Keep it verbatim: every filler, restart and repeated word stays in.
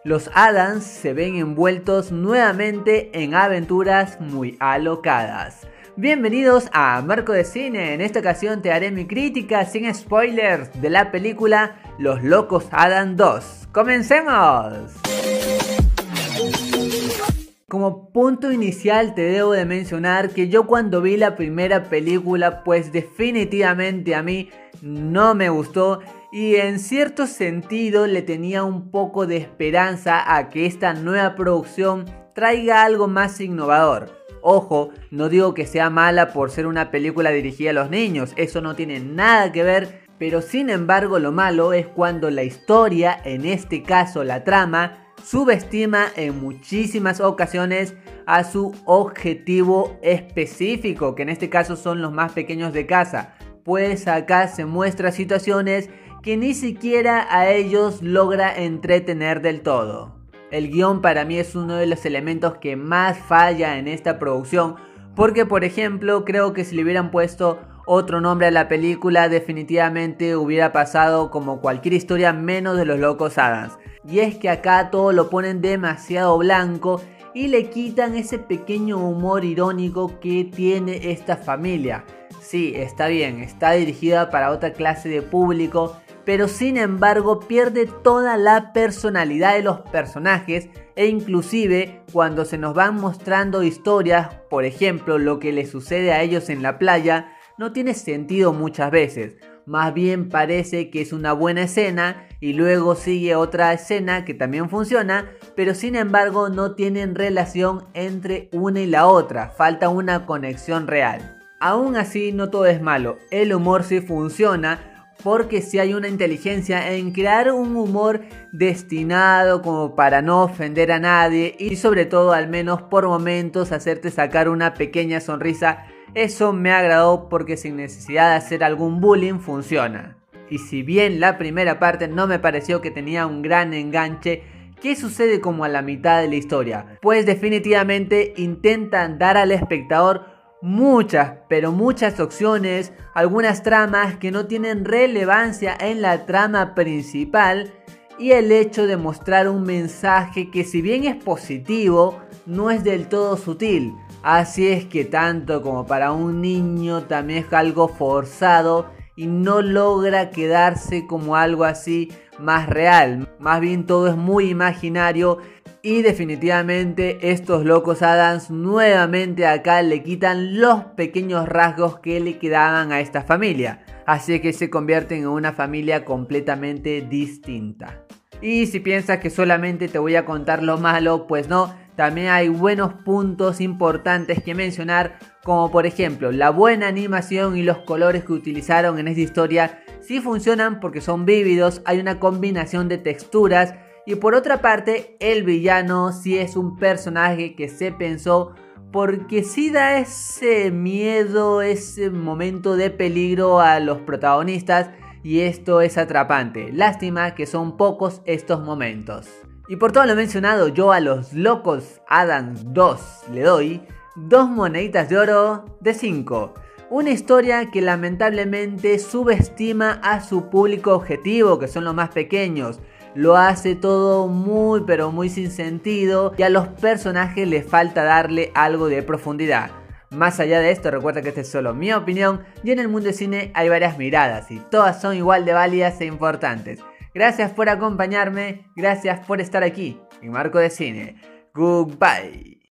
los Addams se ven envueltos nuevamente en aventuras muy alocadas. Bienvenidos a Marco de Cine. En esta ocasión te haré mi crítica sin spoilers de la película Los Locos Adams dos. ¡Comencemos! Como punto inicial te debo de mencionar que yo cuando vi la primera película pues definitivamente a mí no me gustó y en cierto sentido le tenía un poco de esperanza a que esta nueva producción traiga algo más innovador. Ojo, no digo que sea mala por ser una película dirigida a los niños, eso no tiene nada que ver, pero sin embargo lo malo es cuando la historia, en este caso la trama, subestima en muchísimas ocasiones a su objetivo específico, que en este caso son los más pequeños de casa, pues acá se muestra situaciones que ni siquiera a ellos logra entretener del todo. El guión para mí es uno de los elementos que más falla en esta producción, porque por ejemplo creo que si le hubieran puesto otro nombre a la película definitivamente hubiera pasado como cualquier historia menos de Los Locos Adams. Y es que acá todo lo ponen demasiado blanco y le quitan ese pequeño humor irónico que tiene esta familia. Sí, está bien, está dirigida para otra clase de público, pero sin embargo pierde toda la personalidad de los personajes e inclusive cuando se nos van mostrando historias, por ejemplo lo que les sucede a ellos en la playa, no tiene sentido muchas veces. Más bien parece que es una buena escena y luego sigue otra escena que también funciona, pero sin embargo no tienen relación entre una y la otra, falta una conexión real. Aún así no todo es malo, el humor sí funciona porque sí hay una inteligencia en crear un humor destinado como para no ofender a nadie y sobre todo al menos por momentos hacerte sacar una pequeña sonrisa. Eso me agradó porque sin necesidad de hacer algún bullying funciona. Y si bien la primera parte no me pareció que tenía un gran enganche, ¿qué sucede como a la mitad de la historia? Pues definitivamente intentan dar al espectador muchas, pero muchas opciones, algunas tramas que no tienen relevancia en la trama principal y el hecho de mostrar un mensaje que si bien es positivo, no es del todo sutil. Así es que tanto como para un niño también es algo forzado y no logra quedarse como algo así más real. Más bien todo es muy imaginario y definitivamente estos Locos Adams nuevamente acá le quitan los pequeños rasgos que le quedaban a esta familia. Así que se convierten en una familia completamente distinta. Y si piensas que solamente te voy a contar lo malo, pues no. También hay buenos puntos importantes que mencionar, como por ejemplo la buena animación y los colores que utilizaron en esta historia sí funcionan porque son vívidos, hay una combinación de texturas y por otra parte el villano sí es un personaje que se pensó porque sí da ese miedo, ese momento de peligro a los protagonistas y esto es atrapante. Lástima que son pocos estos momentos. Y por todo lo mencionado, yo a Los Locos Adams dos le doy dos moneditas de oro de cinco. Una historia que lamentablemente subestima a su público objetivo, que son los más pequeños. Lo hace todo muy pero muy sin sentido y a los personajes les falta darle algo de profundidad. Más allá de esto, recuerda que esta es solo mi opinión y en el mundo del cine hay varias miradas y todas son igual de válidas e importantes. Gracias por acompañarme, gracias por estar aquí en Marco de Cine. Goodbye.